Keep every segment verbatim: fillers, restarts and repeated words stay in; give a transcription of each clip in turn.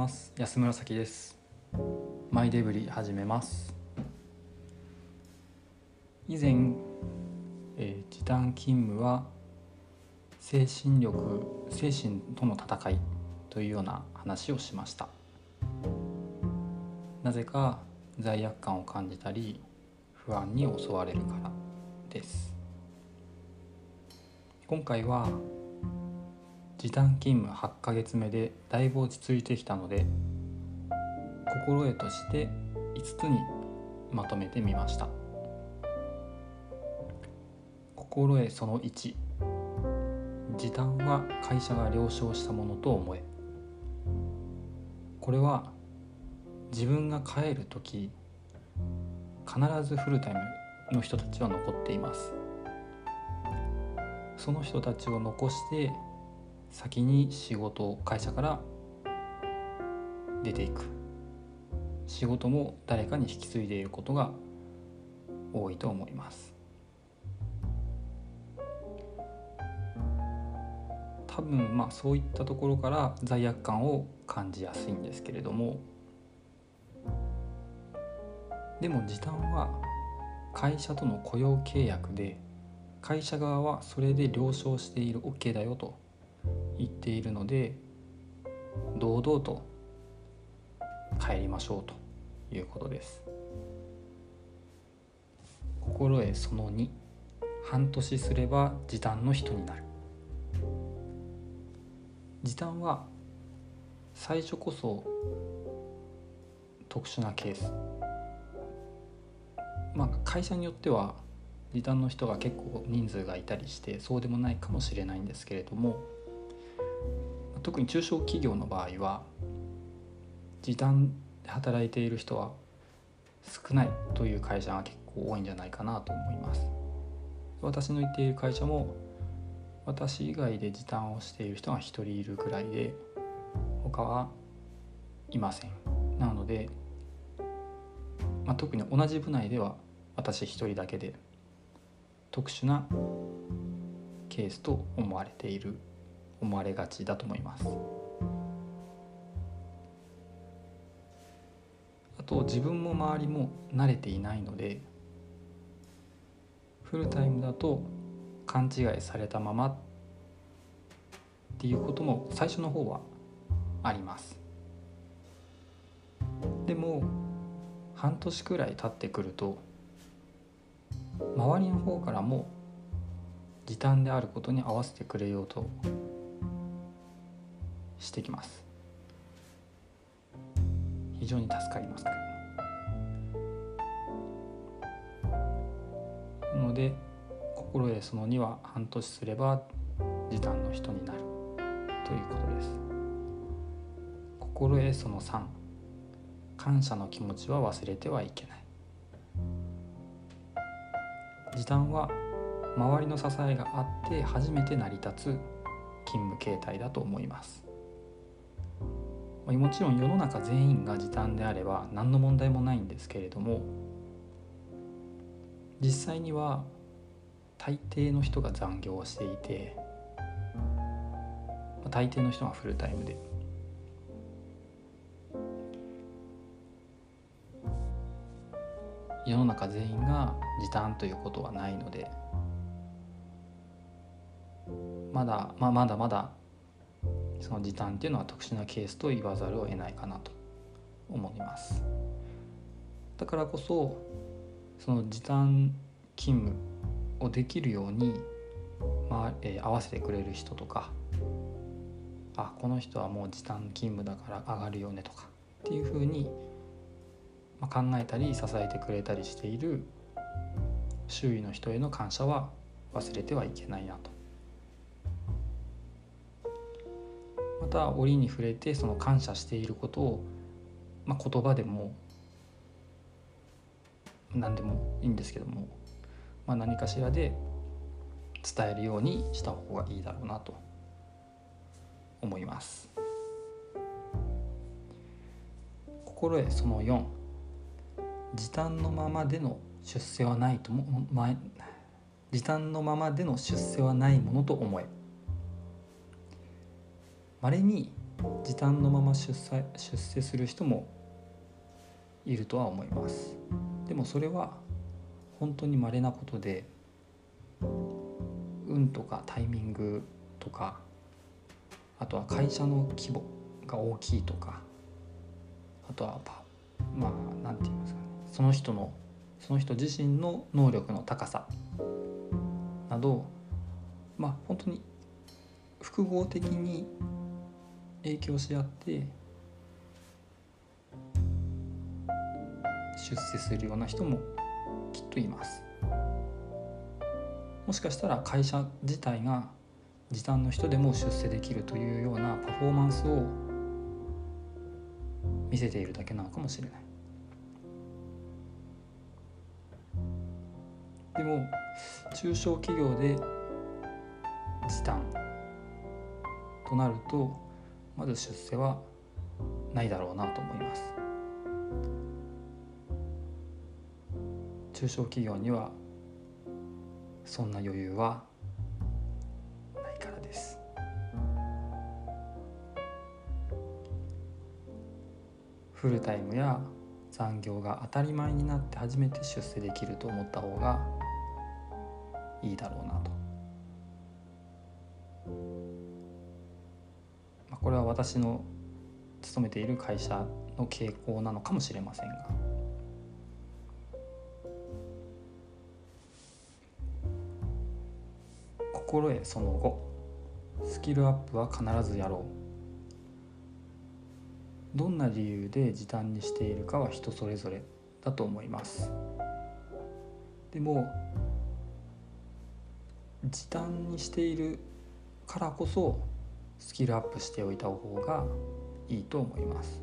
ます。安紫です。マイデブリ始めます。以前、えー時短勤務は精神力精神との戦いというような話をしました。なぜか罪悪感を感じたり不安に襲われるからです。今回は時短勤務はちかげつめでだいぶ落ち着いてきたので、心得としていつつにまとめてみました。心得そのいち、時短は会社が了承したものと思え。これは自分が帰るとき必ずフルタイムの人たちは残っています。その人たちを残して先に仕事を会社から出ていく。仕事も誰かに引き継いでいることが多いと思います。多分まあそういったところから罪悪感を感じやすいんですけれども、でも時短は会社との雇用契約で、会社側はそれで了承している OK だよと言っているので、堂々と帰りましょうということです。心得そのに、半年すれば時短の人になる。時短は最初こそ特殊なケース、まあ会社によっては時短の人が結構人数がいたりしてそうでもないかもしれないんですけれども、特に中小企業の場合は時短で働いている人は少ないという会社が結構多いんじゃないかなと思います。私の行っている会社も私以外で時短をしている人がひとりいるくらいで、他はいません。なので、まあ、特に同じ部内では私一人だけで特殊なケースと思われている思われがちだと思います。あと自分も周りも慣れていないので、フルタイムだと勘違いされたままっていうことも最初の方はあります。でも半年くらい経ってくると、周りの方からも時短であることに合わせてくれようとしてきます。非常に助かりますから。なので心得そのには、半年すれば時短の人になるということです。心得そのさん、感謝の気持ちは忘れてはいけない。時短は周りの支えがあって初めて成り立つ勤務形態だと思います。もちろん世の中全員が時短であれば何の問題もないんですけれども、実際には大抵の人が残業をしていて、大抵の人がフルタイムで、世の中全員が時短ということはないので、まだ、まあ、まだまだその時短っていうのは特殊なケースと言わざるを得ないかなと思います。だからこそその時短勤務をできるように、まあえー、合わせてくれる人とか、あ、この人はもう時短勤務だから上がるよねとかっていうふうに考えたり支えてくれたりしている周囲の人への感謝は忘れてはいけないなと。また折に触れてその感謝していることを、まあ、言葉でも何でもいいんですけども、まあ、何かしらで伝えるようにした方がいいだろうなと思います。心得そのよん、時短のままでの出世はないとも、ま、時短のままでの出世はないものと思え。稀に時短のまま出世、出世する人もいるとは思います。でもそれは本当に稀なことで、運とかタイミングとか、あとは会社の規模が大きいとか、あとはパまあなんて言いますかね、その人のその人自身の能力の高さなど、まあ本当に複合的に影響し合って出世するような人もきっといます。もしかしたら会社自体が時短の人でも出世できるというようなパフォーマンスを見せているだけなのかもしれない。でも中小企業で時短となると、まず出世はないだろうなと思います。中小企業にはそんな余裕はないからです。フルタイムや残業が当たり前になって初めて出世できると思った方がいいだろうなと。まあ、これは私の勤めている会社の傾向なのかもしれませんが、心得その後、スキルアップは必ずやろう。どんな理由で時短にしているかは人それぞれだと思います。でも時短にしているからこそスキルアップしておいた方がいいと思います。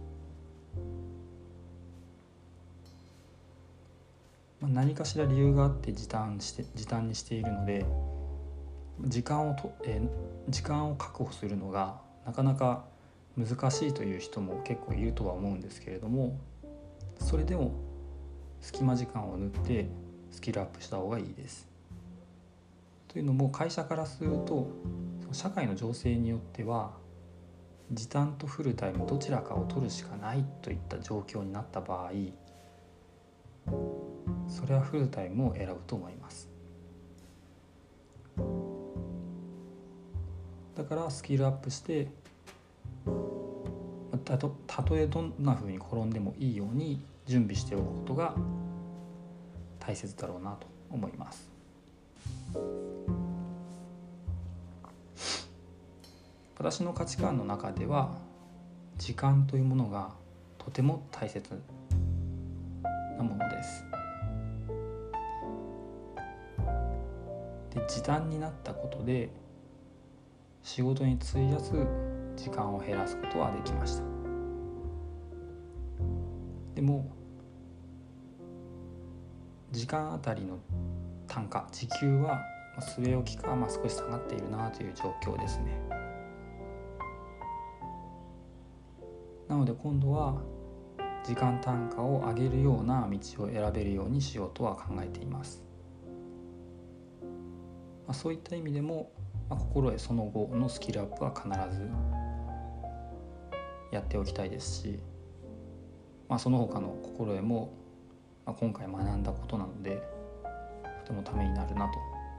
まあ、何かしら理由があって時短して時短にしているので、時間をと、えー、時間を確保するのがなかなか難しいという人も結構いるとは思うんですけれども、それでも隙間時間を縫ってスキルアップした方がいいです。というのも、会社からすると社会の情勢によっては時短とフルタイムどちらかを取るしかないといった状況になった場合、それはフルタイムを選ぶと思います。だからスキルアップしてたと、たとえどんな風に転んでもいいように準備しておくことが大切だろうなと思います。私の価値観の中では時間というものがとても大切なものです。で、時短になったことで仕事に費やす時間を減らすことはできました。でも時間あたりの単価、時給は据え置きか、まあ、少し下がっているなという状況ですね。なので今度は時間単価を上げるような道を選べるようにしようとは考えています。まあ、そういった意味でも、まあ、心得その後のスキルアップは必ずやっておきたいですし、まあ、その他の心得も、まあ、今回学んだことなのでとてもためになるなと。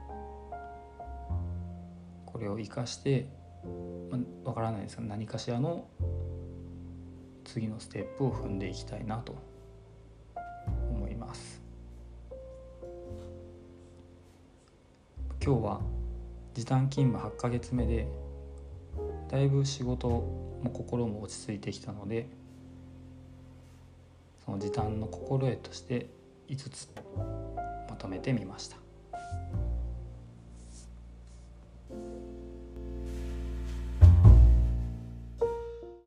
これを生かして、まあ、わからないですが何かしらの次のステップを踏んでいきたいなと思います。今日は時短勤務はちかげつめでだいぶ仕事も心も落ち着いてきたので、その時短の心得としていつつまとめてみました。